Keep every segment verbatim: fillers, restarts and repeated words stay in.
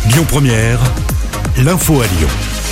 Lyon Première, l'info à Lyon.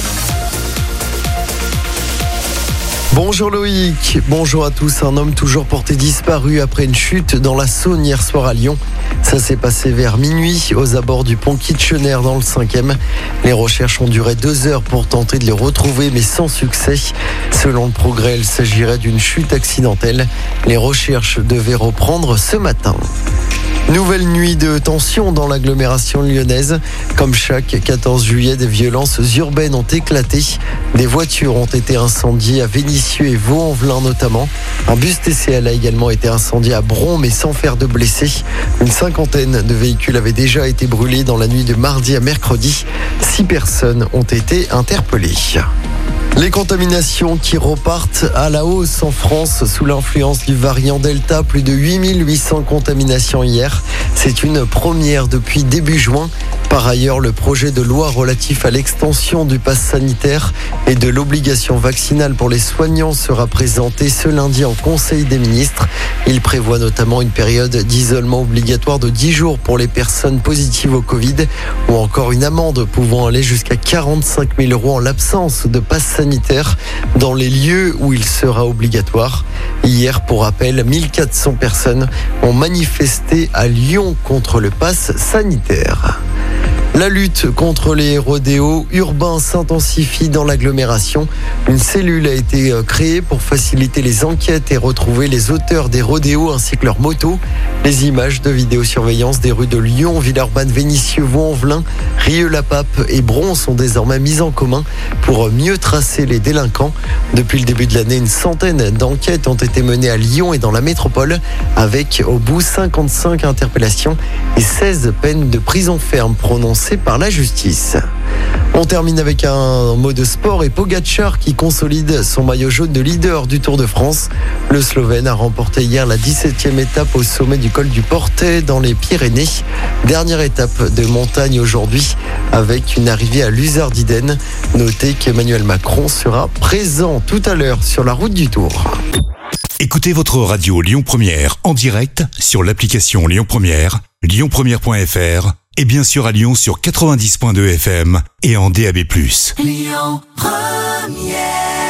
Bonjour Loïc, bonjour à tous. Un homme toujours porté disparu après une chute dans la Saône hier soir à Lyon. Ça s'est passé vers minuit aux abords du pont Kitchener dans le cinquième. Les recherches ont duré deux heures pour tenter de les retrouver mais sans succès. Selon le Progrès, il s'agirait d'une chute accidentelle. Les recherches devaient reprendre ce matin. Nouvelle nuit de tension dans l'agglomération lyonnaise. Comme chaque quatorze juillet, des violences urbaines ont éclaté. Des voitures ont été incendiées à Vénissieux et Vaux-en-Velin notamment. Un bus T C L a également été incendié à Bron mais sans faire de blessés. Une cinquantaine de véhicules avaient déjà été brûlés dans la nuit de mardi à mercredi. Six personnes ont été interpellées. Les contaminations qui repartent à la hausse en France sous l'influence du variant Delta. Plus de huit mille huit cents contaminations hier. C'est une première depuis début juin. Par ailleurs, le projet de loi relatif à l'extension du pass sanitaire et de l'obligation vaccinale pour les soignants sera présenté ce lundi en Conseil des ministres. Il prévoit notamment une période d'isolement obligatoire de dix jours pour les personnes positives au Covid ou encore une amende pouvant aller jusqu'à quarante-cinq mille euros en l'absence de pass sanitaire dans les lieux où il sera obligatoire. Hier, pour rappel, mille quatre cents personnes ont manifesté à Lyon contre le pass sanitaire. La lutte contre les rodéos urbains s'intensifie dans l'agglomération. Une cellule a été créée pour faciliter les enquêtes et retrouver les auteurs des rodéos ainsi que leurs motos. Les images de vidéosurveillance des rues de Lyon, Villeurbanne, Vénissieux, Vaux-en-Velin, Rieux-la-Pape et Bron sont désormais mises en commun pour mieux tracer les délinquants. Depuis le début de l'année, une centaine d'enquêtes ont été menées à Lyon et dans la métropole avec au bout cinquante-cinq interpellations et seize peines de prison ferme prononcées par la justice. On termine avec un mot de sport et Pogačar qui consolide son maillot jaune de leader du Tour de France. Le Slovène a remporté hier la dix-septième étape au sommet du col du Portet dans les Pyrénées. Dernière étape de montagne aujourd'hui avec une arrivée à Luzardiden. Notez qu'Emmanuel Macron sera présent tout à l'heure sur la route du Tour. Écoutez votre radio Lyon Première en direct sur l'application Lyon Première, lyon première point f r et bien sûr à Lyon sur quatre-vingt-dix virgule deux F M et en D A B plus. Lyon Première.